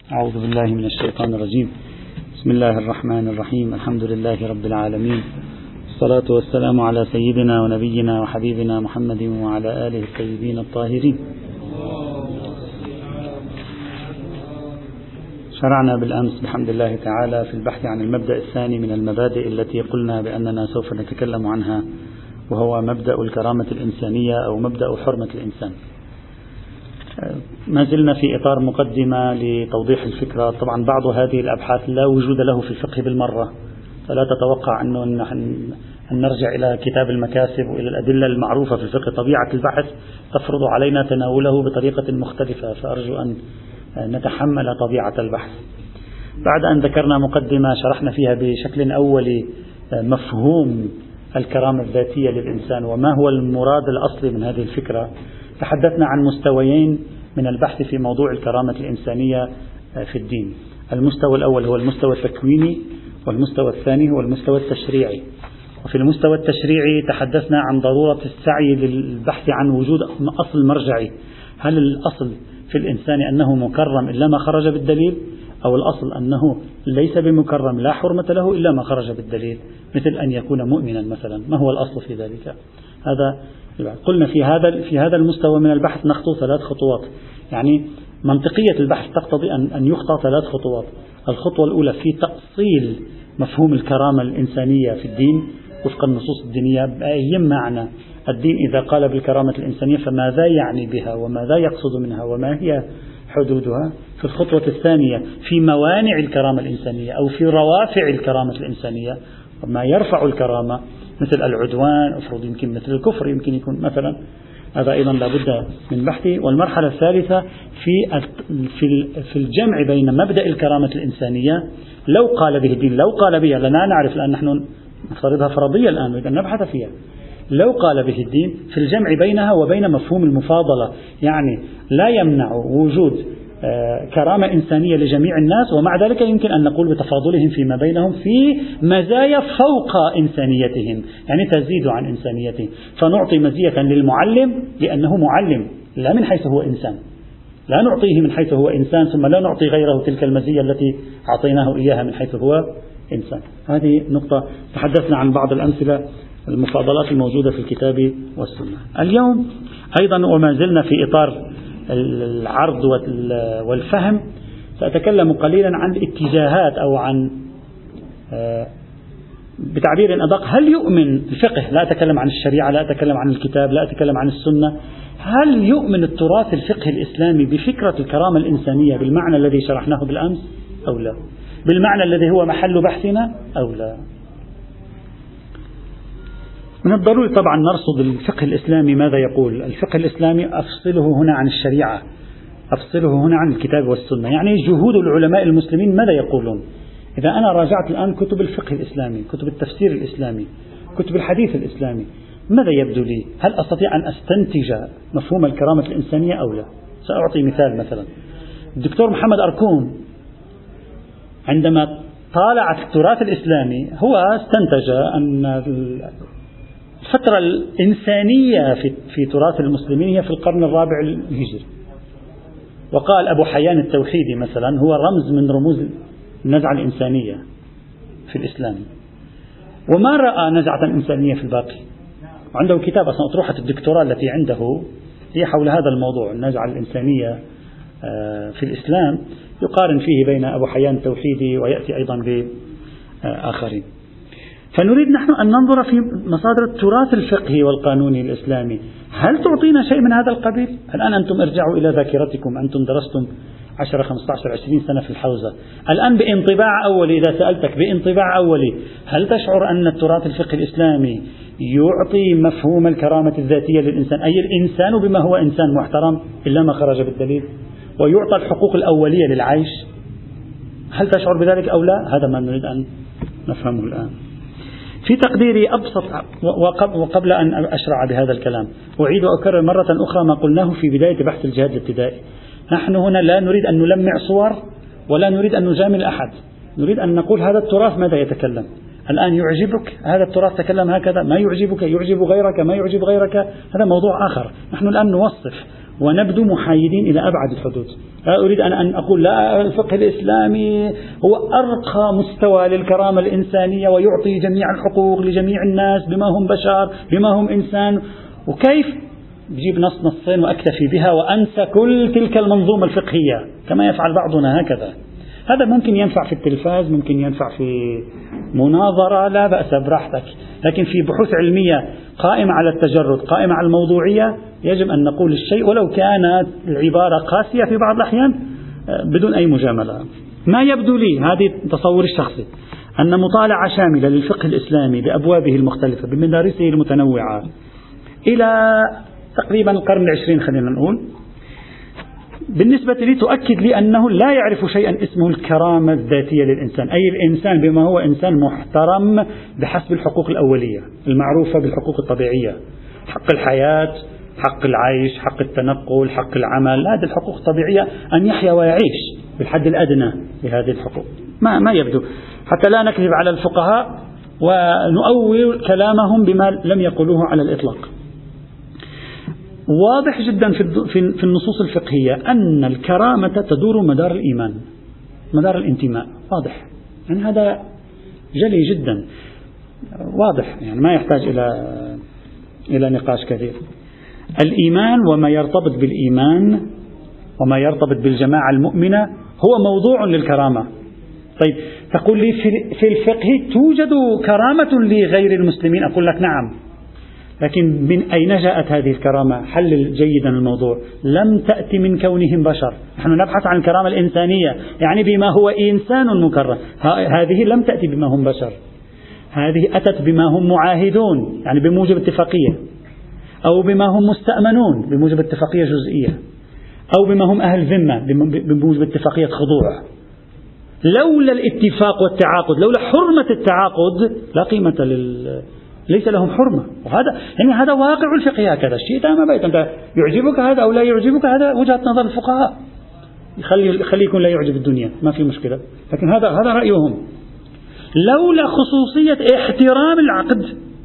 أعوذ بالله من الشيطان الرجيم. بسم الله الرحمن الرحيم. الحمد لله رب العالمين، الصلاة والسلام على سيدنا ونبينا وحبيبنا محمد وعلى آله الطيبين الطاهرين. شرعنا بالأمس بحمد الله تعالى في البحث عن المبدأ الثاني من المبادئ التي قلنا بأننا سوف نتكلم عنها، وهو مبدأ الكرامة الإنسانية أو مبدأ حرمة الإنسان. ما زلنا في إطار مقدمة لتوضيح الفكرة. طبعا بعض هذه الأبحاث لا وجود له في الفقه بالمرة، فلا تتوقع أن نرجع إلى كتاب المكاسب وإلى الأدلة المعروفة في الفقه. طبيعة البحث تفرض علينا تناوله بطريقة مختلفة، فأرجو أن نتحمل طبيعة البحث. بعد أن ذكرنا مقدمة شرحنا فيها بشكل أولي مفهوم الكرامة الذاتية للإنسان وما هو المراد الأصلي من هذه الفكرة، تحدثنا عن مستويين من البحث في موضوع الكرامة الإنسانية في الدين. المستوى الأول هو المستوى التكويني، والمستوى الثاني هو المستوى التشريعي. وفي المستوى التشريعي تحدثنا عن ضرورة السعي للبحث عن وجود أصل مرجعي. هل الأصل في الإنسان أنه مكرم إلا ما خرج بالدليل، أو الأصل أنه ليس بمكرم لا حرمة له إلا ما خرج بالدليل، مثل أن يكون مؤمنا مثلا؟ ما هو الأصل في ذلك؟ هذا قلنا في هذا المستوى من البحث نخطو 3 خطوات. يعني منطقية البحث تقتضي أن يخطى 3 خطوات. الخطوة الأولى في تأصيل مفهوم الكرامة الإنسانية في الدين وفق النصوص الدينية بأي معنى. الدين إذا قال بالكرامة الإنسانية فماذا يعني بها وماذا يقصد منها وما هي حدودها. في الخطوة الثانية في موانع الكرامة الإنسانية أو في روافع الكرامة الإنسانية وما يرفع الكرامة، مثل العدوان، أفرض يمكن مثل الكفر يمكن يكون مثلا. هذا أيضا لابد من بحثه. والمرحلة الثالثة في الجمع بين مبدأ الكرامة الإنسانية لو قال به الدين، لو قال بها، لنا نعرف الآن نحن نفترضها فرضية الآن نريد أن نبحث فيها، لو قال به الدين في الجمع بينها وبين مفهوم المفاضلة. يعني لا يمنع وجود كرامة إنسانية لجميع الناس، ومع ذلك يمكن أن نقول بتفاضلهم فيما بينهم في مزايا فوق إنسانيتهم، يعني تزيد عن إنسانيتهم. فنعطي مزية للمعلم لأنه معلم لا من حيث هو إنسان، لا نعطيه من حيث هو إنسان ثم لا نعطي غيره تلك المزية التي أعطيناه إياها من حيث هو إنسان. هذه نقطة تحدثنا عن بعض الأمثلة المفاضلات الموجودة في الكتاب والسنة. اليوم أيضا وما زلنا في إطار العرض والفهم، سأتكلم قليلا عن الاتجاهات أو عن بتعبير أدق هل يؤمن الفقه، لا أتكلم عن الشريعة، لا أتكلم عن الكتاب، لا أتكلم عن السنة، هل يؤمن التراث الفقهي الإسلامي بفكرة الكرامة الإنسانية بالمعنى الذي شرحناه بالأمس أو لا، بالمعنى الذي هو محل بحثنا أو لا. من الضروري طبعا نرصد الفقه الإسلامي ماذا يقول. الفقه الإسلامي أفصله هنا عن الشريعة، أفصله هنا عن الكتاب والسنة. يعني جهود العلماء المسلمين ماذا يقولون. إذا أنا راجعت الآن كتب الفقه الإسلامي، كتب التفسير الإسلامي، كتب الحديث الإسلامي، ماذا يبدو لي؟ هل أستطيع أن أستنتج مفهوم الكرامة الإنسانية أو لا؟ سأعطي مثال. مثلا الدكتور محمد أركون عندما طالع في التراث الإسلامي هو استنتج أن الفترة الإنسانية في تراث المسلمين هي في القرن الرابع الهجري. وقال أبو حيان التوحيدي مثلا هو رمز من رموز النزعة الإنسانية في الإسلام، وما رأى نزعة إنسانية في الباقي. وعنده كتاب أصلا أطروحة الدكتوراه التي عنده هي حول هذا الموضوع، النزعة الإنسانية في الإسلام، يقارن فيه بين أبو حيان التوحيدي ويأتي أيضا بآخرين. فنريد نحن أن ننظر في مصادر التراث الفقهي والقانوني الإسلامي، هل تعطينا شيء من هذا القبيل؟ الآن أنتم ارجعوا إلى ذاكرتكم، أنتم درستم 10 15 20 سنة في الحوزة. الآن بانطباع أولي، إذا سألتك بانطباع أولي هل تشعر أن التراث الفقهي الإسلامي يعطي مفهوم الكرامة الذاتية للإنسان، أي الإنسان بما هو إنسان محترم إلا ما خرج بالدليل، ويعطى الحقوق الأولية للعيش؟ هل تشعر بذلك أو لا؟ هذا ما نريد أن نفهمه الآن. في تقديري أبسط، وقبل أن أشرع بهذا الكلام أعيد وأكرر مرة أخرى ما قلناه في بداية بحث الجهاد الابتدائي. نحن هنا لا نريد أن نلمع صور ولا نريد أن نجامل أحد، نريد أن نقول هذا التراث ماذا يتكلم. الآن يعجبك هذا التراث تكلم هكذا، ما يعجبك يعجب غيرك، ما يعجب غيرك هذا موضوع آخر. نحن الآن نوصف ونبدو محايدين إلى أبعد الحدود. لا أريد أن أقول لا، الفقه الإسلامي هو أرقى مستوى للكرامة الإنسانية ويعطي جميع الحقوق لجميع الناس بما هم بشر بما هم إنسان، وكيف بجيب نص نصين وأكتفي بها وأنسى كل تلك المنظومة الفقهية كما يفعل بعضنا هكذا. هذا ممكن ينفع في التلفاز، ممكن ينفع في مناظرة، لا بأس براحتك، لكن في بحوث علمية قائمة على التجرد قائمة على الموضوعية يجب أن نقول الشيء ولو كانت العبارة قاسية في بعض الأحيان بدون أي مجاملة. ما يبدو لي، هذه تصوري الشخصي، أن مطالعة شاملة للفقه الإسلامي بأبوابه المختلفة بمدارسه المتنوعة إلى تقريبا القرن العشرين خلينا نقول، بالنسبة لي تؤكد لي أنه لا يعرف شيئا اسمه الكرامة الذاتية للإنسان، أي الإنسان بما هو إنسان محترم بحسب الحقوق الأولية المعروفة بالحقوق الطبيعية، حق الحياة، حق العيش، حق التنقل، حق العمل، هذه الحقوق الطبيعية، أن يحيا ويعيش بالحد الأدنى لهذه الحقوق. ما يبدو، حتى لا نكذب على الفقهاء ونؤول كلامهم بما لم يقولوه على الإطلاق. واضح جدا في النصوص الفقهية أن الكرامة تدور مدار الإيمان، مدار الانتماء، واضح، يعني هذا جلي جدا واضح، يعني ما يحتاج إلى نقاش كثير. الإيمان وما يرتبط بالإيمان وما يرتبط بالجماعة المؤمنة هو موضوع للكرامة. طيب تقول لي في الفقه توجد كرامة لغير المسلمين، أقول لك نعم، لكن من أين جاءت هذه الكرامة؟ حلل جيدا الموضوع. لم تأتي من كونهم بشر، نحن نبحث عن الكرامة الإنسانية، يعني بما هو إنسان مكرم. هذه لم تأتي بما هم بشر، هذه أتت بما هم معاهدون، يعني بموجب اتفاقية، أو بما هم مستأمنون بموجب اتفاقية جزئية، أو بما هم أهل ذمة بموجب اتفاقية خضوع. لولا الاتفاق والتعاقد، لولا حرمة التعاقد لا قيمة ليس لهم حرمة. وهذا يعني هذا واقع الفقه، هكذا الشيء ما بيت أنت يعجبك هذا أو لا يعجبك، هذا وجهة نظر الفقهاء، خلي يكون لا يعجب الدنيا ما في مشكلة، لكن هذا رأيهم. لولا خصوصية احترام العقد،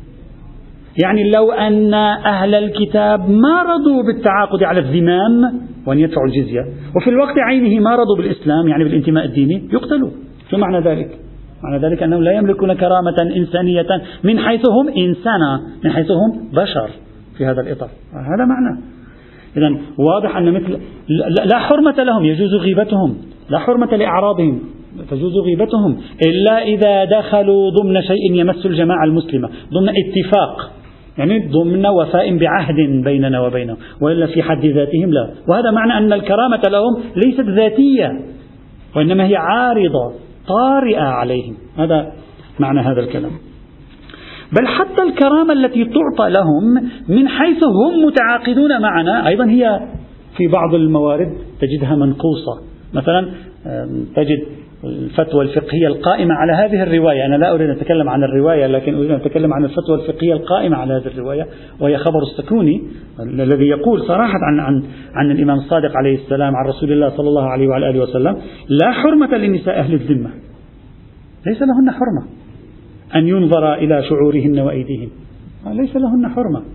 يعني لو أن أهل الكتاب ما رضوا بالتعاقد على الذمام وأن يدفعوا الجزية، وفي الوقت عينه ما رضوا بالإسلام يعني بالانتماء الديني، يقتلوا. شو معنى ذلك؟ معنى ذلك أنهم لا يملكون كرامة إنسانية من حيث هم إنسانا، من حيث هم بشر في هذا الإطار. هذا معنى. إذن واضح أن مثل لا حرمة لهم، يجوز غيبتهم، لا حرمة لأعراضهم، تجوز غيبتهم إلا إذا دخلوا ضمن شيء يمس الجماعة المسلمة، ضمن اتفاق، يعني ضمن وفاء بعهد بيننا وبينهم، وإلا في حد ذاتهم لا. وهذا معنى أن الكرامة لهم ليست ذاتية، وإنما هي عارضة طارئة عليهم. هذا معنى هذا الكلام. بل حتى الكرامة التي تعطى لهم من حيث هم متعاقدون معنا أيضا هي في بعض الموارد تجدها منقوصة. مثلا تجد الفتوى الفقهية القائمة على هذه الرواية، أنا لا أريد أن أتكلم عن الرواية لكن أريد أن أتكلم عن الفتوى الفقهية القائمة على هذه الرواية، وهي خبر السكوني الذي يقول صراحة عن الإمام الصادق عليه السلام عن رسول الله صلى الله عليه وعلى آله وسلم: لا حرمة للنساء أهل الذمة، ليس لهن حرمة أن ينظر إلى شعورهن وأيديهن، ليس لهن حرمة.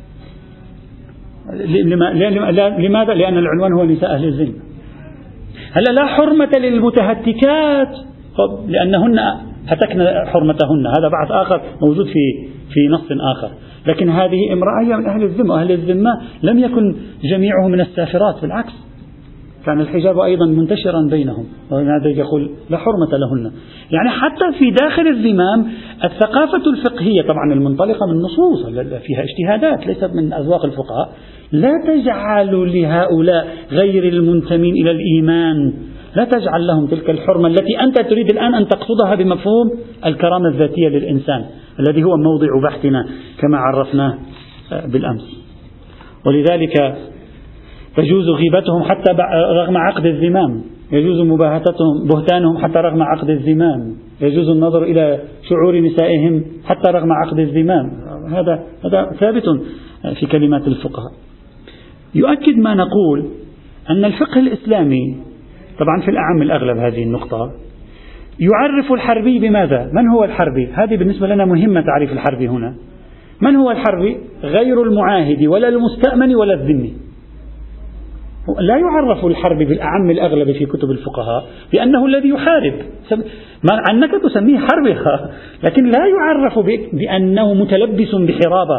لماذا؟ لأن العنوان هو نساء أهل الذمة. هلا لا حرمة للمتهتكات لأنهن هتكن حرمتهن، هذا بعض آخر موجود في نص آخر، لكن هذه امرأة من أهل الذمة، وأهل الذمة لم يكن جميعهم من السافرات، بالعكس كان الحجاب أيضا منتشرا بينهم، وهذا يقول لا حرمة لهن. يعني حتى في داخل الذمام الثقافة الفقهية طبعا المنطلقة من نصوص فيها اجتهادات ليست من أذواق الفقهاء، لا تجعل لهؤلاء غير المنتمين إلى الإيمان، لا تجعل لهم تلك الحرمة التي أنت تريد الآن أن تقصدها بمفهوم الكرامة الذاتية للإنسان الذي هو موضع بحثنا كما عرفناه بالأمس. ولذلك تجوز غيبتهم حتى رغم عقد الذمام، يجوز مباهتتهم بهتانهم حتى رغم عقد الذمام، يجوز النظر إلى شعور نسائهم حتى رغم عقد الذمام. هذا ثابت في كلمات الفقهاء. يؤكد ما نقول أن الفقه الإسلامي طبعا في الأعم الأغلب هذه النقطة يعرف الحربي بماذا؟ من هو الحربي؟ هذه بالنسبة لنا مهمة تعريف الحربي هنا. من هو الحربي؟ غير المعاهد ولا المستأمن ولا الذمي. لا يعرف الحرب بالأعم الأغلب في كتب الفقهاء بأنه الذي يحارب، مع أنك تسميه حربها، لكن لا يعرف بأنه متلبس بحرابة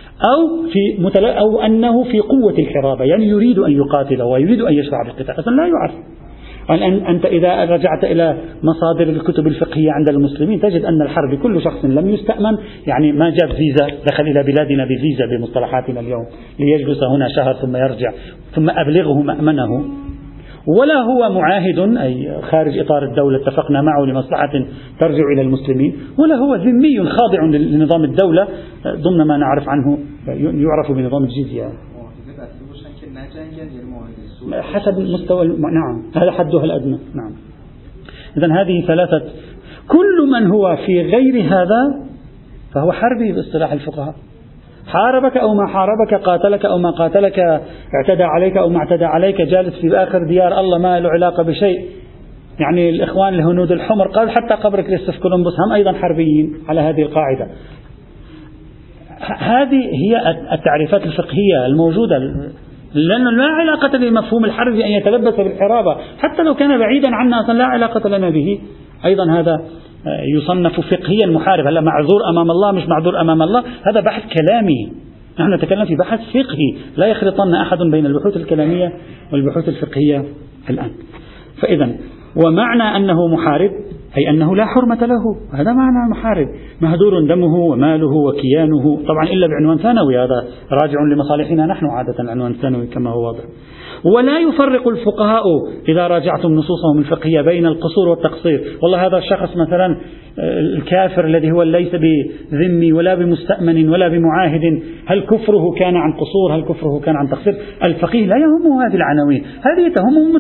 أو أنه في قوة الحرابة، يعني يريد أن يقاتل ويريد أن يشرع بالقتال، أصلا لا يعرف. أنت إذا رجعت إلى مصادر الكتب الفقهية عند المسلمين تجد أن الحرب كل شخص لم يستأمن، يعني ما جاب فيزا دخل إلى بلادنا بفيزا بمصطلحاتنا اليوم ليجلس هنا شهر ثم يرجع ثم أبلغه مأمنه، ولا هو معاهد أي خارج إطار الدولة اتفقنا معه لمصلحة ترجع إلى المسلمين، ولا هو ذمي خاضع لنظام الدولة ضمن ما نعرف عنه يعرف بنظام الجزية حسب مستوى نعم، هذا حدها الأدنى. نعم. إذن هذه ثلاثة، كل من هو في غير هذا فهو حربي باصطلاح الفقهاء، حاربك أو ما حاربك، قاتلك أو ما قاتلك، اعتدى عليك أو ما اعتدى عليك، جالس في آخر ديار الله ما له علاقة بشيء. يعني الإخوان الهنود الحمر قال حتى قبر كريستوف كولومبوس هم أيضا حربيين على هذه القاعدة. هذه هي التعريفات الفقهية الموجودة، لأنه لا علاقة لمفهوم الحرب أن يتلبس بالحرابة حتى لو كان بعيدا عنا أصلا لا علاقة لنا به. أيضا هذا يصنف فقهيا محارب. هلا معذور أمام الله مش معذور أمام الله هذا بحث كلامي، نحن نتكلم في بحث فقهي، لا يخلطن أحد بين البحوث الكلامية والبحوث الفقهية الآن. فإذا ومعنى أنه محارب أي أنه لا حرمة له، هذا معنى محارب، مهدور دمه وماله وكيانه، طبعا إلا بعنوان ثانوي، هذا راجع لمصالحنا نحن عادة العنوان الثانوي كما هو واضح. ولا يفرق الفقهاء إذا راجعتم نصوصهم الفقهية بين القصور والتقصير. والله هذا الشخص مثلا الكافر الذي هو ليس بذمي ولا بمستأمن ولا بمعاهد، هل كفره كان عن قصور هل كفره كان عن تقصير؟ الفقيه لا يهمه هذه العناوين، هذه تهمه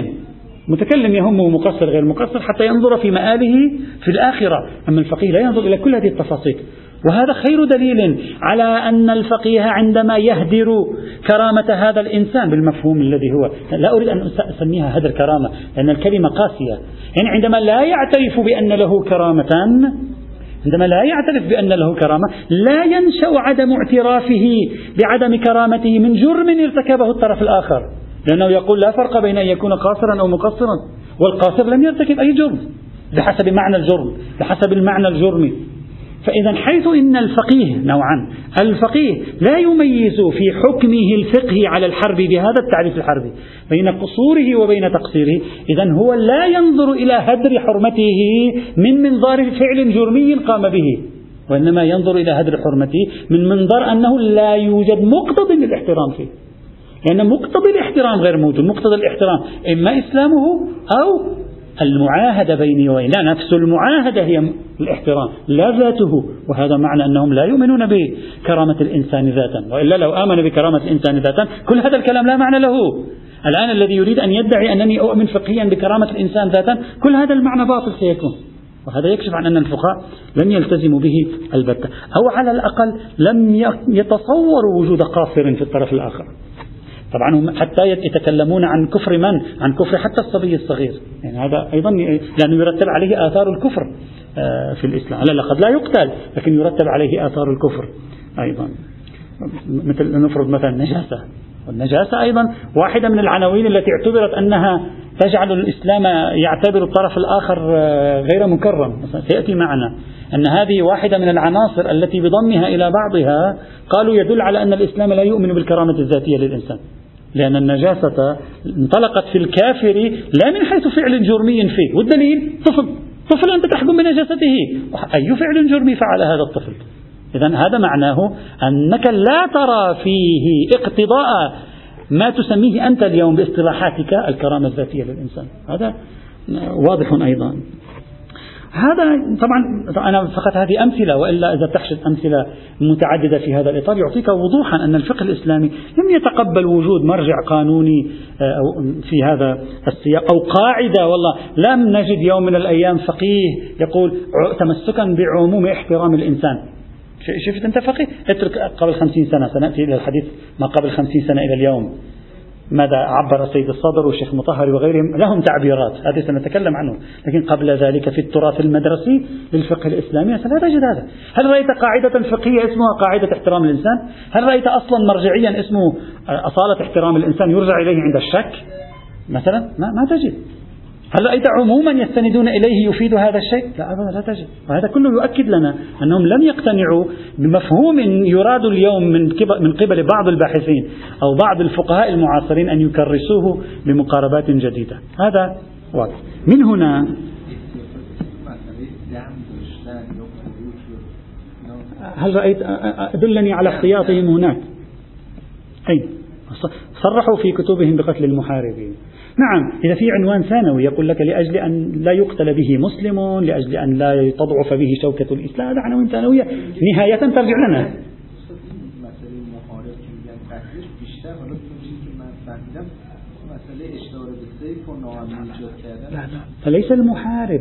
متكلم يهمه مقصر غير مقصر حتى ينظر في مآله في الآخرة، أما الفقيه لا ينظر إلى كل هذه التفاصيل. وهذا خير دليل على أن الفقيه عندما يهدر كرامة هذا الإنسان بالمفهوم الذي هو، لا أريد أن أسميها هدر كرامة لأن الكلمة قاسية، يعني عندما لا يعترف بأن له كرامة، عندما لا يعترف بأن له كرامة لا ينشأ عدم اعترافه بعدم كرامته من جرم ارتكبه الطرف الآخر، لأنه يقول لا فرق بين أن يكون قاصرا أو مقصرا، والقاصر لم يرتكب أي جرم بحسب معنى الجرم، بحسب المعنى الجرمي. فإذا حيث إن الفقيه نوعا، الفقيه لا يميز في حكمه الفقهي على الحرب بهذا التعريف الحربي بين قصوره وبين تقصيره، إذا هو لا ينظر إلى هدر حرمته من منظار فعل جرمي قام به، وإنما ينظر إلى هدر حرمته من منظر أنه لا يوجد مقتضى للاحترام فيه، لأن مقتضى الاحترام غير موجود. مقتضى الاحترام إما إسلامه أو المعاهدة بيني وبينه، نفس المعاهدة هي الاحترام لا ذاته، وهذا معنى أنهم لا يؤمنون بكرامة الإنسان ذاتا، وإلا لو آمن بكرامة الإنسان ذاتا كل هذا الكلام لا معنى له. الآن الذي يريد أن يدعي أنني أؤمن فقهيا بكرامة الإنسان ذاتا كل هذا المعنى باطل سيكون، وهذا يكشف عن أن الفقهاء لم يلتزموا به البتة، أو على الأقل لم يتصوروا وجود قاصر في الطرف الآخر. طبعا هم حتى يتكلمون عن كفر من؟ عن كفر حتى الصبي الصغير، يعني هذا أيضا لأنه يرتب عليه آثار الكفر في الإسلام، على الأقل لا يقتل لكن يرتب عليه آثار الكفر أيضا، مثل نفرض مثلا النجاسة، والنجاسة أيضا واحدة من العناوين التي اعتبرت أنها تجعل الإسلام يعتبر الطرف الآخر غير مكرم. سيأتي معنا أن هذه واحدة من العناصر التي بضمها إلى بعضها قالوا يدل على أن الإسلام لا يؤمن بالكرامة الذاتية للإنسان، لأن النجاسة انطلقت في الكافر لا من حيث فعل جرمي فيه، والدليل طفل أنت تحكم بنجاسته، أي فعل جرمي فعل هذا الطفل؟ إذن هذا معناه أنك لا ترى فيه اقتضاء ما تسميه أنت اليوم باصطلاحاتك الكرامة الذاتية للإنسان، هذا واضح أيضا. هذا طبعا أنا فقط هذه أمثلة، وإلا إذا تحشد أمثلة متعددة في هذا الإطار يعطيك وضوحا أن الفقه الإسلامي لم يتقبل وجود مرجع قانوني في هذا السياق أو قاعدة. والله لم نجد يوم من الأيام فقيه يقول تمسكا بعموم احترام الإنسان. شفت أنت فقيه اترك قبل 50 سنة، سنأتي إلى الحديث ما قبل 50 سنة إلى اليوم، ماذا عبر السيد الصدر والشيخ مطهري وغيرهم، لهم تعبيرات هذه سنتكلم عنه، لكن قبل ذلك في التراث المدرسي للفقه الإسلامي لا تجد هذا. هل رأيت قاعدة فقهية اسمها قاعدة احترام الإنسان؟ هل رأيت أصلا مرجعيا اسمه أصالة احترام الإنسان يرجع إليه عند الشك مثلا؟ ما تجد. هل رأيت عموما يستندون إليه يفيد هذا الشيء؟ لا أبدا، لا تجد. وهذا كله يؤكد لنا أنهم لم يقتنعوا بمفهوم يراد اليوم من قبل بعض الباحثين أو بعض الفقهاء المعاصرين أن يكرسوه بمقاربات جديدة. هذا واضح. من هنا هل رأيت أدلني على احتياطهم هناك؟ أي صرحوا في كتبهم بقتل المحاربين. نعم، إذا في عنوان ثانوي يقول لك لأجل أن لا يقتل به مسلم، لأجل أن لا تضعف به شوكة الإسلام، هذا عنوان ثانوية نهاية ترجع لنا. فليس المحارب،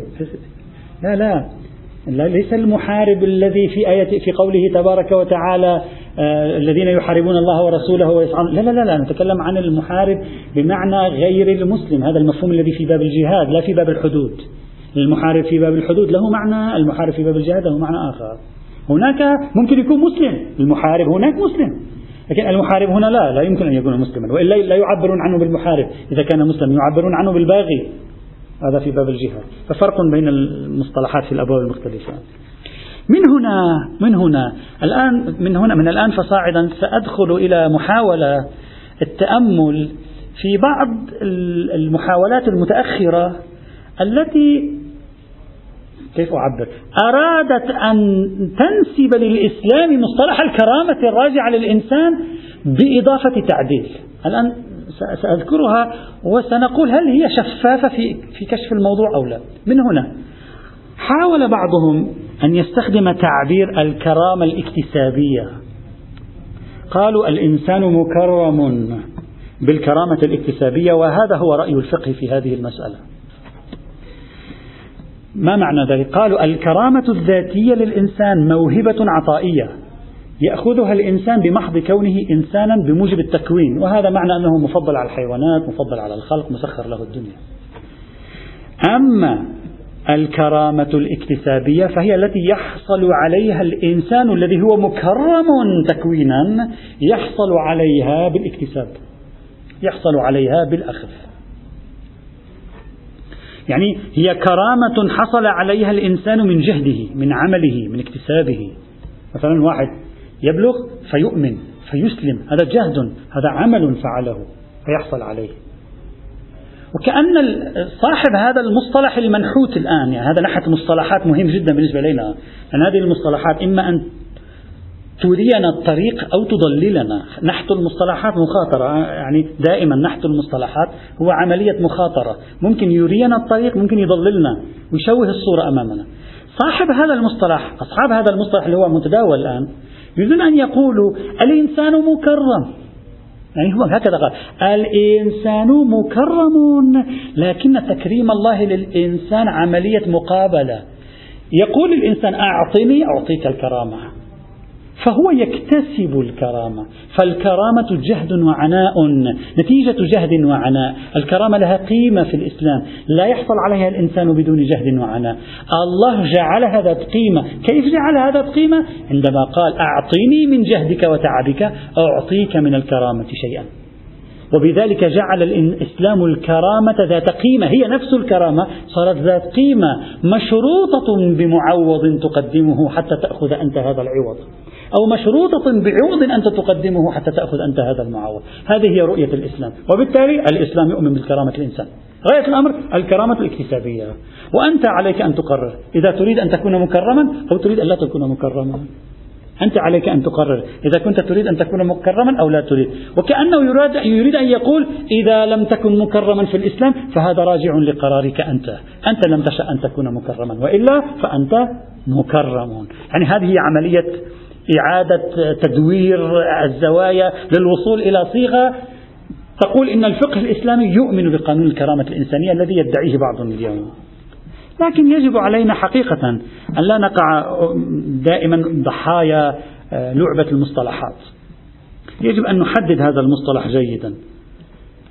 لا ليس المحارب الذي في قوله تبارك وتعالى الذين يحاربون الله ورسوله ويسعون، لا نتكلم عن المحارب بمعنى غير المسلم. هذا المفهوم الذي في باب الجهاد لا في باب الحدود. المحارب في باب الحدود له معنى، المحارب في باب الجهاد له معنى آخر. هناك ممكن يكون مسلم المحارب، هناك مسلم، لكن المحارب هنا لا يمكن أن يكون مسلما، وإلا لا يعبرون عنه بالمحارب. إذا كان مسلم يعبرون عنه بالباغي، هذا في باب الجهاد. ففرق بين المصطلحات في الأبواب المختلفة. من الآن فصاعدا سأدخل إلى محاولة التأمل في بعض المحاولات المتأخرة التي أرادت أن تنسب للإسلام مصطلح الكرامة الراجعة للإنسان بإضافة تعديل. الآن سأذكرها وسنقول هل هي شفافة في كشف الموضوع أو لا. من هنا حاول بعضهم أن يستخدم تعبير الكرامة الاكتسابية. قالوا الإنسان مكرم بالكرامة الاكتسابية، وهذا هو رأي الفقه في هذه المسألة. ما معنى ذلك؟ قالوا الكرامة الذاتية للإنسان موهبة عطائية يأخذها الإنسان بمحض كونه إنسانا بموجب التكوين، وهذا معنى أنه مفضل على الحيوانات، مفضل على الخلق، مسخر له الدنيا. أما الكرامة الاكتسابية فهي التي يحصل عليها الإنسان الذي هو مكرم تكوينا، يحصل عليها بالاكتساب، يحصل عليها بالأخذ. يعني هي كرامة حصل عليها الإنسان من جهده، من عمله، من اكتسابه. مثلا واحد يبلغ فيؤمن فيسلم، هذا جهد، هذا عمل فعله فيحصل عليه. وكأن صاحب هذا المصطلح المنحوت الآن، يعني هذا نحت مصطلحات مهم جدا بالنسبة لنا، أن هذه المصطلحات إما أن ترينا الطريق أو تضللنا. نحت المصطلحات مخاطرة، يعني دائما نحت المصطلحات هو عملية مخاطرة، ممكن يرينا الطريق، ممكن يضللنا ويشوه الصورة أمامنا. صاحب هذا المصطلح، أصحاب هذا المصطلح اللي هو متداول الآن، يريدون أن يقولوا الإنسان مكرم، يعني هو هكذا قال الإنسان مكرم، لكن تكريم الله للإنسان عملية مقابلة. يقول الإنسان أعطني أعطيك الكرامة، فهو يكتسب الكرامة. فالكرامة جهد وعناء، نتيجة جهد وعناء. الكرامة لها قيمة في الإسلام لا يحصل عليها الإنسان بدون جهد وعناء. الله جعلها ذات قيمة. كيف جعلها ذات قيمة؟ عندما قال أعطيني من جهدك وتعبك أعطيك من الكرامة شيئا. وبذلك جعل الإسلام الكرامة ذات قيمة، هي نفس الكرامة صارت ذات قيمة مشروطة بمعوض تقدمه حتى تأخذ أنت هذا العوض، أو مشروطة بعوض أنت تقدمه حتى تأخذ أنت هذا المعوض. هذه هي رؤية الإسلام، وبالتالي الإسلام يؤمن بالكرامة الإنسان. غاية الأمر الكرامة الاكتسابية، وأنت عليك أن تقرر إذا تريد أن تكون مكرما أو تريد أن لا تكون مكرما. أنت عليك أن تقرر إذا كنت تريد أن تكون مكرما أو لا تريد. وكأنه يريد أن يقول إذا لم تكن مكرما في الإسلام فهذا راجع لقرارك أنت لم تشأ أن تكون مكرما، وإلا فأنت مكرم. يعني هذه هي عملية إعادة تدوير الزوايا للوصول إلى صيغة تقول إن الفقه الإسلامي يؤمن بقانون الكرامة الإنسانية الذي يدعيه بعضهم اليوم. لكن يجب علينا حقيقة أن لا نقع دائما ضحايا لعبة المصطلحات. يجب أن نحدد هذا المصطلح جيدا.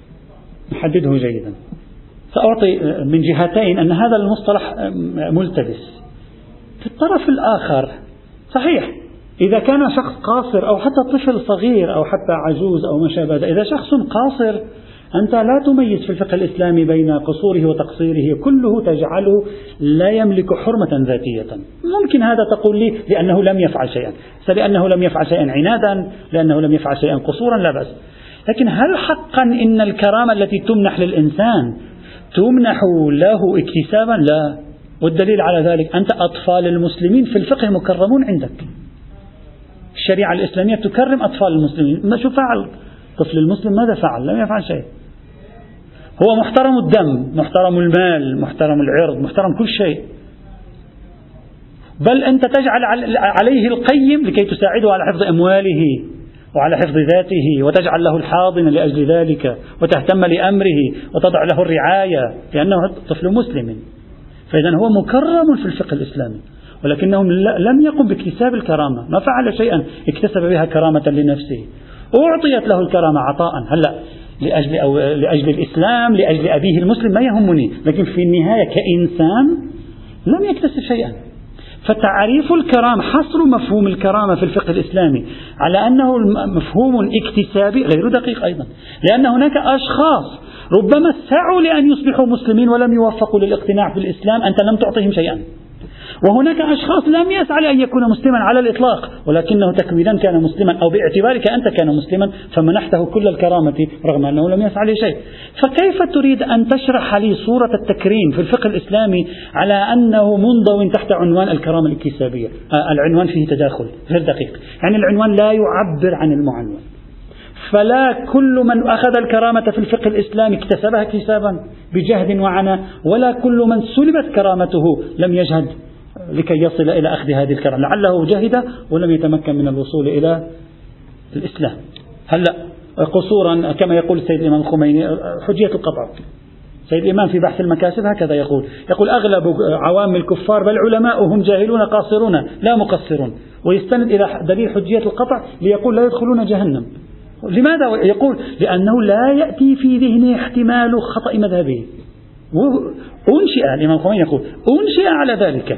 نحدده جيدا. سأعطي من جهتين أن هذا المصطلح ملتبس. في الطرف الآخر صحيح إذا كان شخص قاصر أو حتى طفل صغير أو حتى عجوز أو ما شابه، إذا شخص قاصر أنت لا تميز في الفقه الإسلامي بين قصوره وتقصيره، كله تجعله لا يملك حرمة ذاتية. ممكن هذا تقول لي لأنه لم يفعل شيئا، لأنه لم يفعل شيئا عنادا، لأنه لم يفعل شيئا قصورا، لا بأس. لكن هل حقا إن الكرامة التي تمنح للإنسان تمنح له اكتسابا؟ لا. والدليل على ذلك أنت أطفال المسلمين في الفقه مكرمون عندك. الشريعة الإسلامية تكرم أطفال المسلمين. ما شو فعل طفل المسلم؟ ماذا فعل؟ لم يفعل شيء. هو محترم الدم، محترم المال، محترم العرض، محترم كل شيء، بل أنت تجعل عليه القيم لكي تساعده على حفظ أمواله وعلى حفظ ذاته، وتجعل له الحاضن لأجل ذلك، وتهتم لأمره وتضع له الرعاية لأنه طفل مسلم. فإذا هو مكرم في الفقه الإسلامي، ولكنه لم يقم باكتساب الكرامة، ما فعل شيئا اكتسب بها كرامة لنفسه. أعطيت له الكرامة عطاء، هلأ لأجل الإسلام، لأجل أبيه المسلم، ما يهمني، لكن في النهاية كإنسان لم يكتسب شيئا. فتعريف الكرامة، حصر مفهوم الكرامة في الفقه الإسلامي على أنه مفهوم اكتسابي غير دقيق أيضا، لأن هناك أشخاص ربما سعوا لأن يصبحوا مسلمين ولم يوفقوا للاقتناع في الإسلام، أنت لم تعطيهم شيئا. وهناك أشخاص لم يسعى لأن يكون مسلما على الإطلاق، ولكنه تكوينا كان مسلما، أو باعتبارك أنت كان مسلما فمنحته كل الكرامة رغم أنه لم يسعى لشيء. فكيف تريد أن تشرح لي صورة التكريم في الفقه الإسلامي على أنه منضوي تحت عنوان الكرامة الاكتسابية؟ العنوان فيه تداخل غير دقيق، يعني العنوان لا يعبر عن المعنون. فلا كل من أخذ الكرامة في الفقه الإسلامي اكتسبها اكتسابا بجهد وعناء، ولا كل من سلبت كرامته لم يجهد لكي يصل إلى أخذ هذه الكرامة، لعله جهد ولم يتمكن من الوصول إلى الإسلام. هلأ قصورا كما يقول السيد الإمام الخميني، حجية القطع. سيد الإمام في بحث المكاسب هكذا يقول أغلب عوام الكفار بل علماؤهم جاهلون قاصرون لا مقصرون، ويستند إلى دليل حجية القطع ليقول لا يدخلون جهنم. لماذا؟ يقول لأنه لا يأتي في ذهنه احتمال خطأ مذهبه. أنشئ الإمام الخميني يقول أنشئ على ذلك،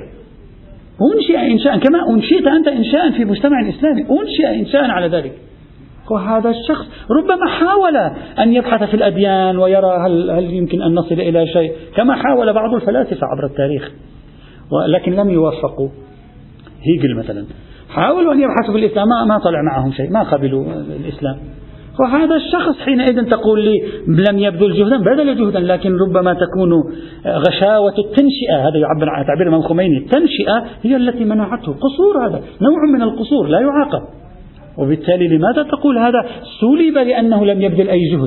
أنشئ إنشاء كما أنشئت أنت إنشاء في مجتمع إسلامي، أنشئ إنشاء على ذلك. وهذا الشخص ربما حاول أن يبحث في الأديان ويرى هل يمكن أن نصل إلى شيء، كما حاول بعض الفلاسفة عبر التاريخ ولكن لم يوفقوا. هيجل مثلا حاولوا أن يبحثوا في الإسلام، ما طلع معهم شيء، ما قبلوا الإسلام. وهذا الشخص حينئذ تقول لي لم يبذل جهدا، بذل جهدا، لكن ربما تكون غشاوة التنشئة، هذا يعبر عن تعبير الإمام الخميني، التنشئة هي التي منعته. قصور، هذا نوع من القصور لا يعاقب. وبالتالي لماذا تقول هذا سلب لأنه لم يبذل أي جهد؟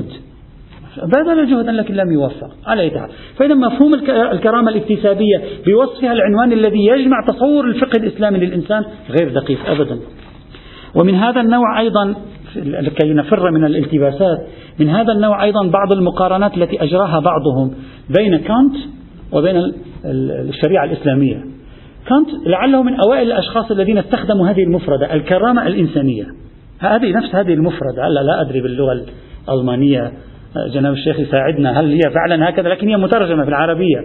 بذل جهدا لكن لم يوفق على أي حال. فإذا مفهوم الكرامة الاكتسابية بوصفها العنوان الذي يجمع تصور الفقه الإسلامي للإنسان غير دقيق أبدا. ومن هذا النوع أيضا لكي نفر من الالتباسات، من هذا النوع أيضا بعض المقارنات التي أجراها بعضهم بين كانت وبين الشريعة الإسلامية. كانت لعله من أوائل الأشخاص الذين استخدموا هذه المفردة الكرامة الإنسانية، نفس هذه المفردة. لا أدري باللغة الألمانية، جناب الشيخ يساعدنا، هل هي فعلا هكذا، لكن هي مترجمة في العربية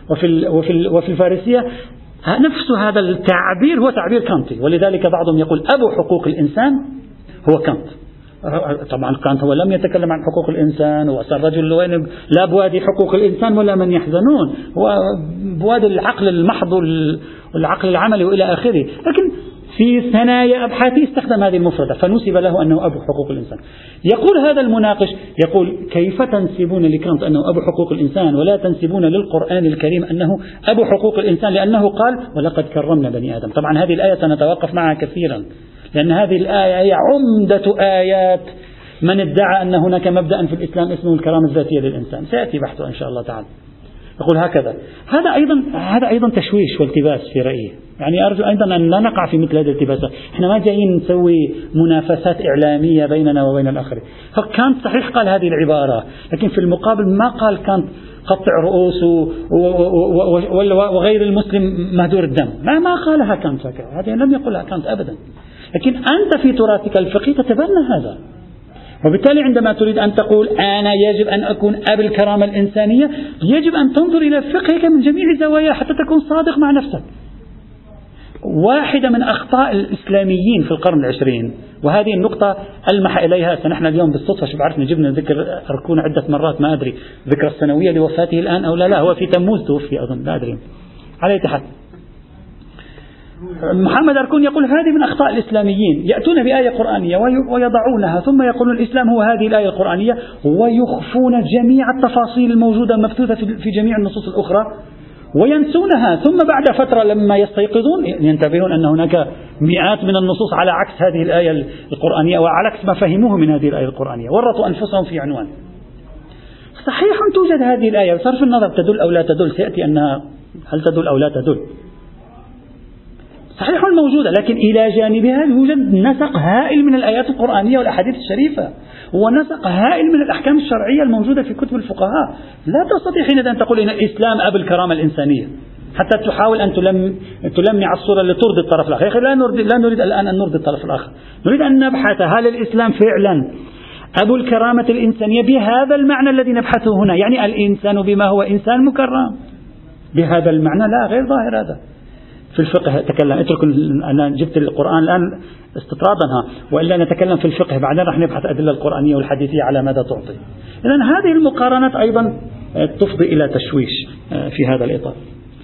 وفي الفارسية. نفس هذا التعبير هو تعبير كانتي، ولذلك بعضهم يقول أبو حقوق الإنسان هو كانت. طبعا كانت هو لم يتكلم عن حقوق الإنسان، وأصل الرجل وين لا بوادي حقوق الإنسان ولا من يحزنون، هو بوادي العقل المحض والعقل العملي وإلى آخره. لكن في ثنايا أبحاثه استخدم هذه المفردة فنسب له أنه أبو حقوق الإنسان. يقول هذا المناقش، يقول كيف تنسبون لكانت أنه أبو حقوق الإنسان ولا تنسبون للقرآن الكريم أنه أبو حقوق الإنسان، لأنه قال ولقد كرمنا بني آدم. طبعا هذه الآية سنتوقف معها كثيرا، لأن هذه الآية هي عمدة آيات من ادعى أن هناك مبدأ في الإسلام اسمه الكرامة الذاتية للإنسان، سيأتي بحثه إن شاء الله تعالى. يقول هكذا. هذا أيضا تشويش والتباس في رأيي، يعني أرجو أيضا أن لا نقع في مثل هذه الالتباسات. إحنا ما جايين نسوي منافسات إعلامية بيننا وبين الآخرين. فكانت صحيح قال هذه العبارة، لكن في المقابل ما قال كانت قطع رؤوس وغير المسلم مهدور الدم، ما قالها كانت هكذا، هذه لم يقلها كانت أبدا. لكن أنت في تراثك الفقهي تتبنى هذا، وبالتالي عندما تريد أن تقول أنا يجب أن أكون أبي الكرامة الإنسانية، يجب أن تنظر إلى فقهك من جميع الزوايا حتى تكون صادق مع نفسك. واحدة من أخطاء الإسلاميين في القرن العشرين، وهذه النقطة ألمح إليها نحن اليوم بالصدفة، شو بعرفنا جبنا ذكر أركون عدة مرات، ما أدري ذكرى السنوية لوفاته الآن أو لا، هو في تموز توفي أظن، لا أدري. على أي حال محمد أركون يقول هذه من أخطاء الإسلاميين، يأتون بآية قرآنية ويضعونها ثم يقولون الإسلام هو هذه الآية القرآنية، ويخفون جميع التفاصيل الموجودة مبثوثة في جميع النصوص الأخرى وينسونها، ثم بعد فترة لما يستيقظون ينتبهون أن هناك مئات من النصوص على عكس هذه الآية القرآنية وعلى عكس ما فهموه من هذه الآية القرآنية، ورطوا أنفسهم في عنوان. صحيح توجد هذه الآية بصرف النظر تدل أو لا تدل، سيأتي أنها هل تدل أو لا تدل، صحيح موجودة، لكن إلى جانبها يوجد نسق هائل من الآيات القرآنية والأحاديث الشريفة، ونسق هائل من الأحكام الشرعية الموجودة في كتب الفقهاء. لا تستطيع حينئذ أن تقول إن الإسلام أبو الكرامة الإنسانية حتى تحاول أن تلمع الصورة لترضي الطرف الآخر. لا نريد الآن أن نرضي الطرف الآخر، نريد أن نبحث هل الإسلام فعلا أبو الكرامة الإنسانية بهذا المعنى الذي نبحثه هنا، يعني الإنسان بما هو إنسان مكرم بهذا المعنى، لا غير ظاهر هذا. في الفقه تكلم، اترك أنا جبت القرآن الآن استطرادا، وإلا نتكلم في الفقه بعدين رح نبحث الأدلة القرآنية والحديثية على ماذا تعطي. إذن هذه المقارنات أيضا تفضي إلى تشويش في هذا الإطار.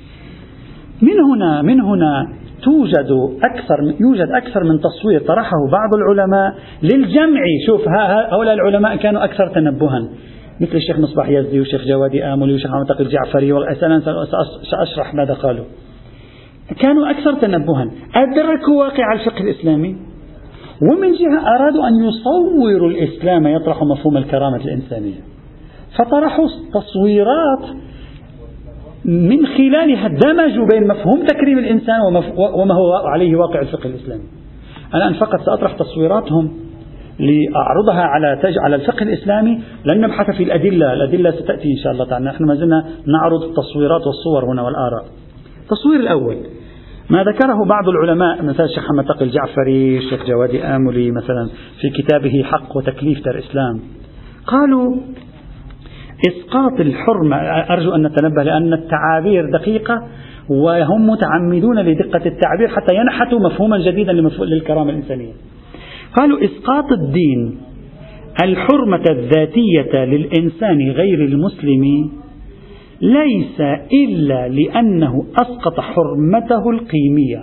من هنا يوجد أكثر من تصوير طرحه بعض العلماء للجمع. شوف هؤلاء العلماء كانوا أكثر تنبها، مثل الشيخ مصباح يزدي والشيخ جوادي آملي والشيخ محمد تقي الجعفري، سأشرح ماذا قالوا. كانوا أكثر تنبها، أدركوا واقع الفقه الإسلامي، ومن جهة أرادوا أن يصوروا الإسلام يطرح مفهوم الكرامة الإنسانية، فطرحوا تصويرات من خلالها دمجوا بين مفهوم تكريم الإنسان وما هو عليه واقع الفقه الإسلامي. الآن فقط سأطرح تصويراتهم لأعرضها على الفقه الإسلامي، لن نبحث في الأدلة ستأتي إن شاء الله تعالى، نحن ما زلنا نعرض التصويرات والصور هنا والآراء. التصوير الأول ما ذكره بعض العلماء مثل الشيخ محمد تقي الجعفري، الشيخ جوادي آملي مثلا في كتابه حق وتكليف دار الإسلام، قالوا إسقاط الحرمة، أرجو أن نتنبه لأن التعابير دقيقة وهم متعمدون لدقة التعبير حتى ينحتوا مفهوما جديدا للكرامة الإنسانية. قالوا إسقاط الدين الحرمة الذاتية للإنسان غير المسلم ليس إلا لأنه أسقط حرمته القيمية.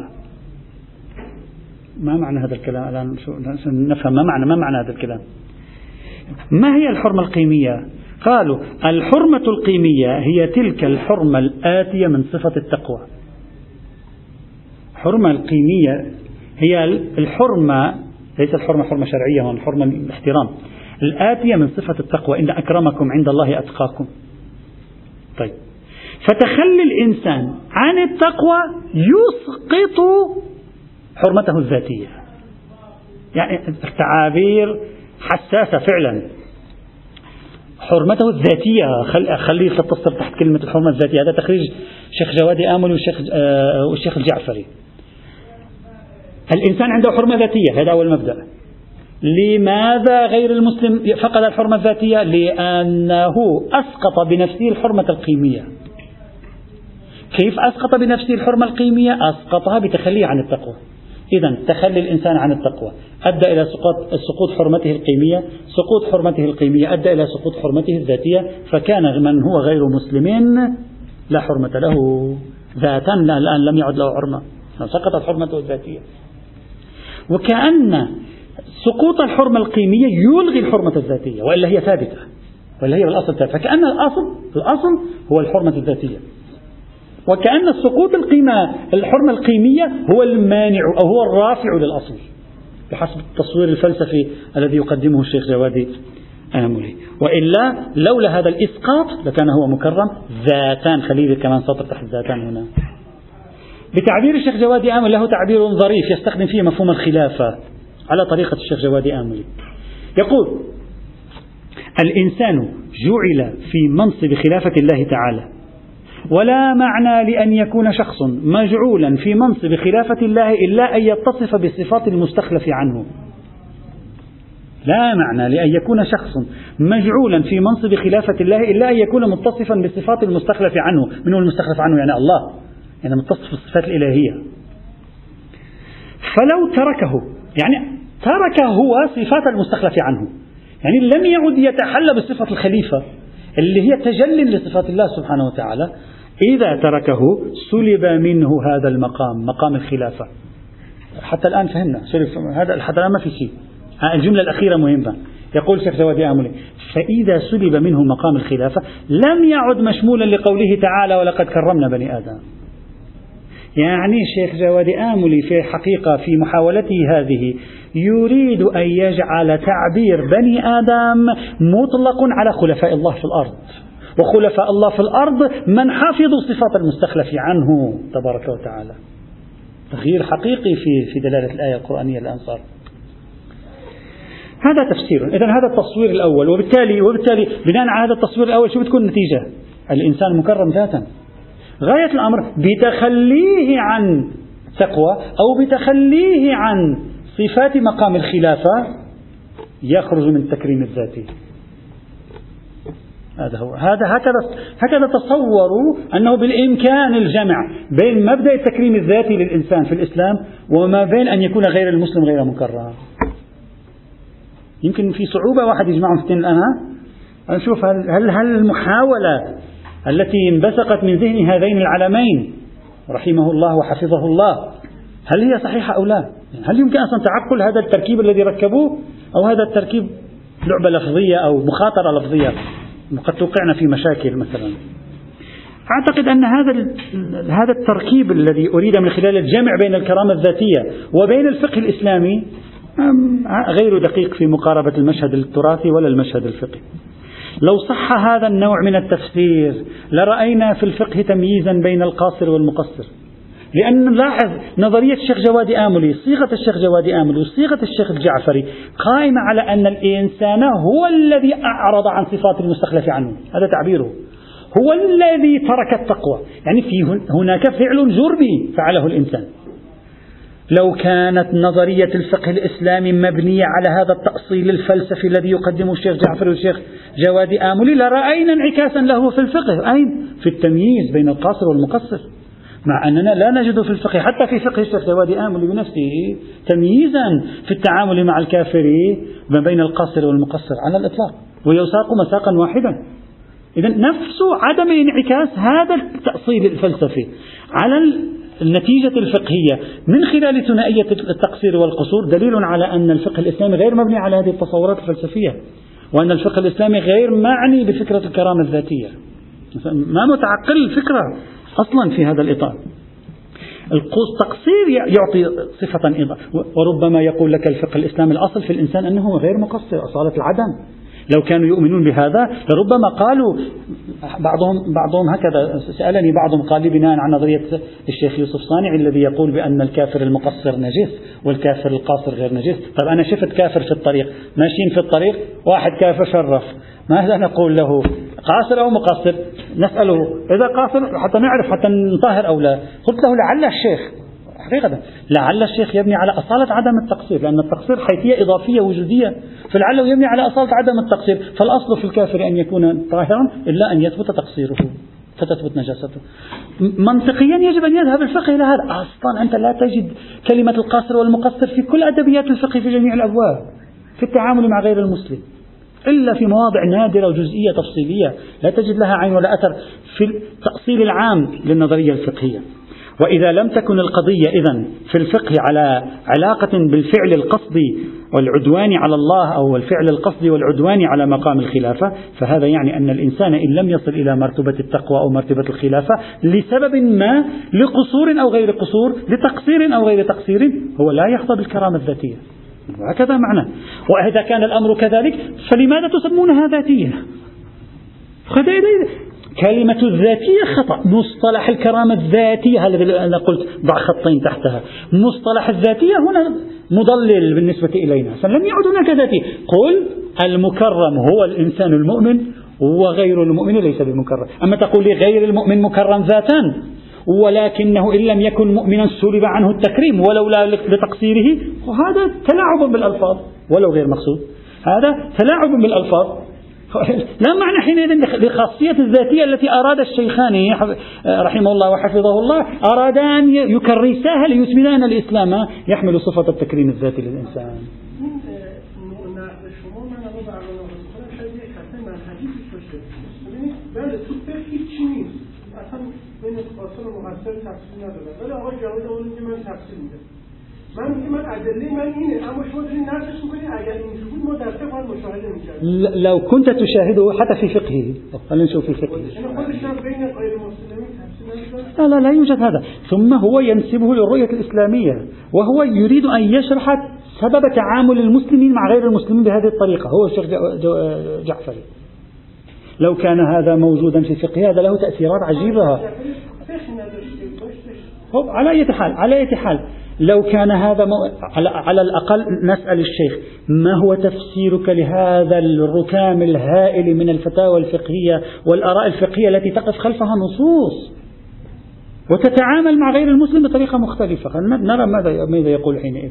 ما معنى هذا الكلام؟ الآن نفهم ما معنى هذا الكلام. ما هي الحرمة القيمية؟ قالوا الحرمة القيمية هي تلك الحرمة الآتية من صفة التقوى. الحرمة القيمية هي الحرمة، ليس الحرمة حرمة شرعية، هو الحرمة الاحترام الآتية من صفة التقوى، إن أكرمكم عند الله أتقاكم. طيب، فتخلي الإنسان عن التقوى يسقط حرمته الذاتية. يعني التعابير حساسة فعلا. حرمته الذاتية خليه تتصل تحت كلمة الحرمة الذاتية، هذا تخريج الشيخ جوادي آمل والشيخ الجعفري. الإنسان عنده حرمة ذاتية، هذا أول مبدأ. لماذا غير المسلم فقد الحرمة الذاتية؟ لأنه أسقط بنفسه الحرمة القيمية. كيف أسقط بنفسه الحرمة القيمية؟ أسقطها بتخليه عن التقوى. إذن تخلي الإنسان عن التقوى أدى إلى سقوط حرمته القيمية، سقوط حرمته القيمية أدى إلى سقوط حرمته الذاتية، فكان من هو غير مسلم لا حرمة له ذاتا، الآن لم يعد له حرمة، سقطت حرمته الذاتية. وكأن سقوط الحرمة القيمية يلغي الحرمة الذاتية، وإلا هي ثابتة، وإلا هي بالأصل ثابتة، فكأن الأصل هو الحرمة الذاتية، وكأن السقوط الحرمة القيمية هو المانع أو هو الرافع للأصل بحسب التصوير الفلسفي الذي يقدمه الشيخ جوادي آملي. وإلا لولا هذا الإسقاط لكان هو مكرم ذاتان. خليل كمان سطر تحت ذاتان هنا. بتعبير الشيخ جوادي آملي له تعبير ظريف يستخدم فيه مفهوم الخلافة على طريقة الشيخ جوادي آملي. يقول الإنسان جعل في منصب خلافة الله تعالى، ولا معنى لأن يكون شخص مجعولا في منصب خلافة الله إلا أن يتصف بالصفات المستخلف عنه. لا معنى لأن يكون شخص مجعولا في منصب خلافة الله إلا أن يكون متصفا بالصفات المستخلف عنه. من هو المستخلف عنه؟ يعني الله، يعني متصف بالصفات الإلهية. فلو تركه، يعني ترك هو صفات المستخلف عنه، يعني لم يعد يتحلى بصفة الخليفة اللي هي تجل لصفات الله سبحانه وتعالى. إذا تركه سلب منه هذا المقام، مقام الخلافة. حتى الآن فهمنا هذا، حتى الآن ما في شيء. الجملة الأخيرة مهمة، يقول شيخ جوادي آملي: فإذا سلب منه مقام الخلافة لم يعد مشمولا لقوله تعالى ولقد كرمنا بني آدم. يعني الشيخ جوادي آملي في حقيقة في محاولته هذه يريد أن يجعل تعبير بني آدم مطلق على خلفاء الله في الأرض، وخلفاء الله في الأرض من حافظوا صفات المستخلف عنه تبارك وتعالى. تغيير حقيقي في دلالة الآية القرآنية الآن صار. هذا تفسير. إذن هذا التصوير الأول، وبالتالي بناء على هذا التصوير الأول شو بتكون النتيجة؟ الإنسان مكرم ذاتا غاية الأمر بتخليه عن تقوى أو بتخليه عن صفات مقام الخلافة يخرج من التكريم الذاتي. هذا هو، هكذا تصوروا أنه بالإمكان الجمع بين مبدأ التكريم الذاتي للإنسان في الإسلام وما بين أن يكون غير المسلم غير مكرم. يمكن في صعوبة واحد يجمعهم في الآن. نشوف هل المحاولة التي انبثقت من ذهن هذين العلمين رحمه الله وحفظه الله هل هي صحيحة أو لا؟ هل يمكن أصلا تعقل هذا التركيب الذي ركبوه، أو هذا التركيب لعبة لفظية أو مخاطرة لفظية قد توقعنا في مشاكل مثلا؟ أعتقد أن هذا التركيب الذي أريد من خلال الجمع بين الكرامة الذاتية وبين الفقه الإسلامي غير دقيق في مقاربة المشهد التراثي ولا المشهد الفقهي. لو صح هذا النوع من التفسير لرأينا في الفقه تمييزا بين القاصر والمقصر. لأن نلاحظ نظرية الشيخ جوادي آملي، صيغة الشيخ جوادي آملي وصيغة الشيخ الجعفري قائمة على أن الإنسان هو الذي أعرض عن صفات المستخلف عنه، هذا تعبيره، هو الذي ترك التقوى. يعني هناك فعل جرمي فعله الإنسان. لو كانت نظرية الفقه الإسلامي مبنية على هذا التأصيل الفلسفي الذي يقدمه الشيخ جعفر والشيخ جوادي آملي لرأينا انعكاسا له في الفقه. أين؟ في التمييز بين القاصر والمقصر، مع أننا لا نجد في الفقه حتى في فقه الشيخ جوادي آملي بنفسه تمييزا في التعامل مع الكافر ما بين القاصر والمقصر على الإطلاق، ويساق مساقا واحدا. إذن نفس عدم انعكاس هذا التأصيل الفلسفي على النتيجة الفقهية من خلال ثنائية التقصير والقصور دليل على أن الفقه الإسلامي غير مبني على هذه التصورات الفلسفية، وأن الفقه الإسلامي غير معني بفكرة الكرامة الذاتية، ما متعقل الفكرة أصلا في هذا الإطار. التقصير يعطي صفة إضافية، وربما يقول لك الفقه الإسلامي الأصل في الإنسان أنه غير مقصر، أصالة العدم. لو كانوا يؤمنون بهذا لربما قالوا بعضهم هكذا. سألني بعضهم قال لي بناء على نظرية الشيخ يوسف صانع الذي يقول بأن الكافر المقصر نجس والكافر القاصر غير نجس. طيب أنا شفت كافر في الطريق، ماشيين في الطريق واحد كافر شرف، ماذا نقول له؟ قاصر أو مقصر؟ نسأله إذا قاصر حتى نعرف حتى نطهر أو لا. قلت له لعل الشيخ حقيقة لعل الشيخ يبني على أصالة عدم التقصير، لأن التقصير حيثية إضافية وجودية، فلعله يبني على أصالة عدم التقصير. فالأصل في الكافر أن يكون طاهرا إلا أن يثبت تقصيره فتثبت نجاسته. منطقيا يجب أن يذهب الفقه إلى هذا. أصلا أنت لا تجد كلمة القاصر والمقصر في كل أدبيات الفقه في جميع الأبواب في التعامل مع غير المسلم، إلا في مواضع نادرة وجزئية تفصيلية لا تجد لها عين ولا أثر في التأصيل العام للنظرية الفقهية. وإذا لم تكن القضية إذن في الفقه على علاقة بالفعل القصدي والعدوان على الله أو الفعل القصدي والعدوان على مقام الخلافة، فهذا يعني أن الإنسان إن لم يصل إلى مرتبة التقوى أو مرتبة الخلافة لسبب ما، لقصور أو غير قصور، لتقصير أو غير تقصير، هو لا يحظى بالكرامة الذاتية. وهكذا معنى. وإذا كان الأمر كذلك فلماذا تسمونها ذاتية؟ كلمة الذاتية خطأ. مصطلح الكرامة الذاتية هذا أنا قلت ضع خطين تحتها. مصطلح الذاتية هنا مضلل بالنسبة إلينا، فلم يعد هناك ذاتي. قل المكرم هو الإنسان المؤمن وغير المؤمن ليس بمكرم. أما تقول لي غير المؤمن مكرم ذاتا ولكنه إن لم يكن مؤمنا سلب عنه التكريم ولولا لتقصيره، وهذا تلاعب بالألفاظ ولو غير مقصود. هذا تلاعب بالألفاظ، لا معنى حينئذ لخاصية الذاتية التي أراد الشيخان رحمه الله وحفظه الله أراد أن يكرساها ليثبتان الإسلام يحمل صفة التكريم الذاتي للإنسان. لو كنت تشاهده حتى في فقهه، خلينا نشوف في فقهه. لا يوجد هذا. ثم هو ينسبه للرؤية الإسلامية، وهو يريد أن يشرح سبب تعامل المسلمين مع غير المسلمين بهذه الطريقة. هو الشيخ جعفري لو كان هذا موجودا في فقهه هذا له تأثيرات عجيبة. على أي حال لو كان هذا على الأقل نسأل الشيخ ما هو تفسيرك لهذا الركام الهائل من الفتاوى الفقهية والآراء الفقهية التي تقف خلفها نصوص وتتعامل مع غير المسلم بطريقة مختلفة. نرى ماذا يقول حينئذ.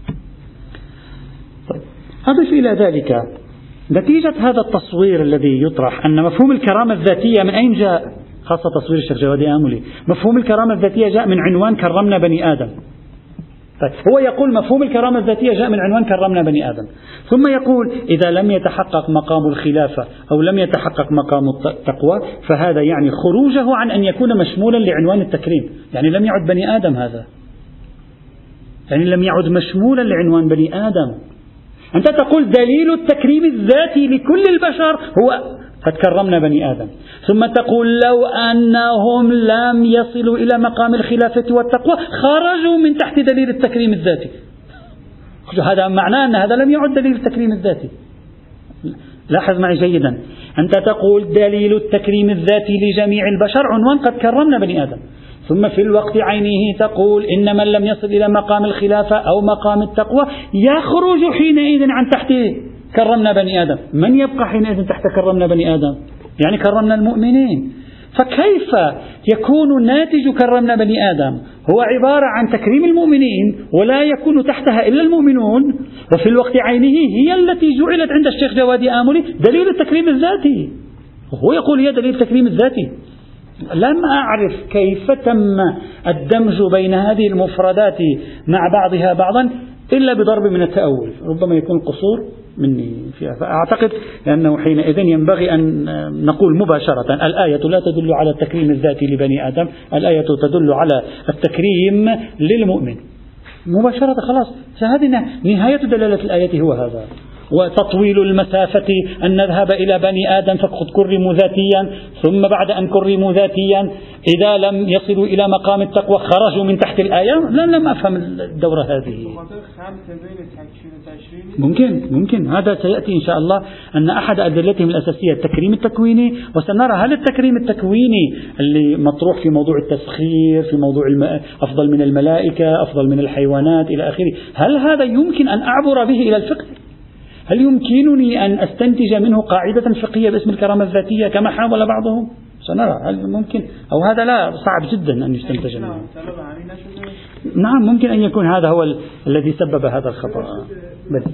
طيب. أضف إلى ذلك نتيجة هذا التصوير الذي يطرح أن مفهوم الكرامة الذاتية من أين جاء؟ خاصة تصوير الشيخ جوادي آملي. مفهوم الكرامة الذاتية جاء من عنوان كرمنا بني آدم. طيب. هو يقول مفهوم الكرامة الذاتية جاء من عنوان كرمنا بني آدم، ثم يقول إذا لم يتحقق مقام الخلافة أو لم يتحقق مقام التقوى فهذا يعني خروجه عن أن يكون مشمولا لعنوان التكريم، يعني لم يعد بني آدم، هذا يعني لم يعد مشمولا لعنوان بني آدم. أنت تقول دليل التكريم الذاتي لكل البشر هو قد كرمنا بني آدم، ثم تقول لو أنهم لم يصلوا إلى مقام الخلافة والتقوى خرجوا من تحت دليل التكريم الذاتي. هذا معناه أن هذا لم يعد دليل التكريم الذاتي. لاحظ معي جيدا، أنت تقول دليل التكريم الذاتي لجميع البشر عنوان قد كرمنا بني آدم، ثم في الوقت عينه تقول إن من لم يصل إلى مقام الخلافة أو مقام التقوى يخرج حينئذ عن تحت كرمنا بني آدم. من يبقى حينئذ تحت كرمنا بني آدم؟ يعني كرمنا المؤمنين. فكيف يكون ناتج كرمنا بني آدم هو عبارة عن تكريم المؤمنين ولا يكون تحتها إلا المؤمنون، وفي الوقت عينه هي التي جعلت عند الشيخ جوادي آملي دليل التكريم الذاتي، وهو يقول هي دليل التكريم الذاتي. لم أعرف كيف تم الدمج بين هذه المفردات مع بعضها بعضا إلا بضرب من التأول، ربما يكون قصور مني فيها. فأعتقد أنه حينئذ ينبغي أن نقول مباشرة الآية لا تدل على التكريم الذاتي لبني آدم، الآية تدل على التكريم للمؤمن مباشرة. خلاص، فهذه نهاية دلالة الآية هو هذا. وتطويل المسافة أن نذهب إلى بني آدم فقد كرموا ذاتيا، ثم بعد أن كرموا ذاتيا إذا لم يصلوا إلى مقام التقوى خرجوا من تحت الآية. لم أفهم الدورة هذه. ممكن هذا سيأتي إن شاء الله، أن أحد أدلتهم الأساسية التكريم التكويني، وسنرى هل التكريم التكويني اللي مطروح في موضوع التسخير، في موضوع أفضل من الملائكة، أفضل من الحيوانات إلى آخره، هل هذا يمكن أن أعبر به إلى الفقه؟ هل يمكنني أن أستنتج منه قاعدة فقهية باسم الكرامة الذاتية كما حاول بعضهم؟ سنرى هل ممكن، أو هذا لا، صعب جدا أن يستنتج منه. نعم، ممكن أن يكون هذا هو الذي سبب هذا الخطأ. بس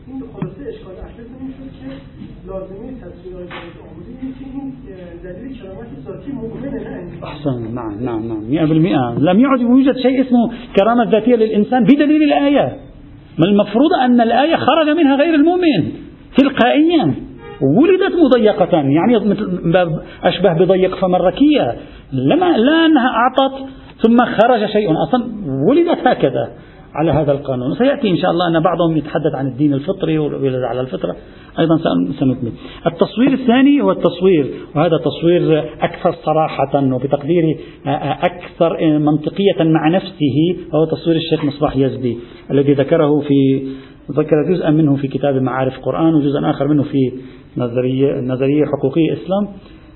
أحسن، نعم 100%. لم يعد يوجد شيء اسمه كرامة ذاتية للإنسان بدليل الآية. ما المفروض أن الآية خرج منها غير المؤمن تلقائيا، ولدت مضيقة، يعني أشبه بضيق فم الركية، لا أنها أعطت ثم خرج شيء، أصلا ولدت هكذا على هذا القانون. سيأتي إن شاء الله أن بعضهم يتحدث عن الدين الفطري وولد على الفطرة، أيضا سنكمل. التصوير الثاني هو التصوير، وهذا تصوير أكثر صراحة وبتقديري أكثر منطقية مع نفسه، وهو تصوير الشيخ مصباح يزدي الذي ذكر جزءا منه في كتاب معارف قرآن، وجزءا آخر منه في نظرية حقوقية إسلام.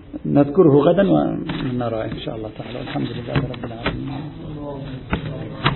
نذكره غدا ونرى إن شاء الله تعالى. الحمد لله رب العالمين.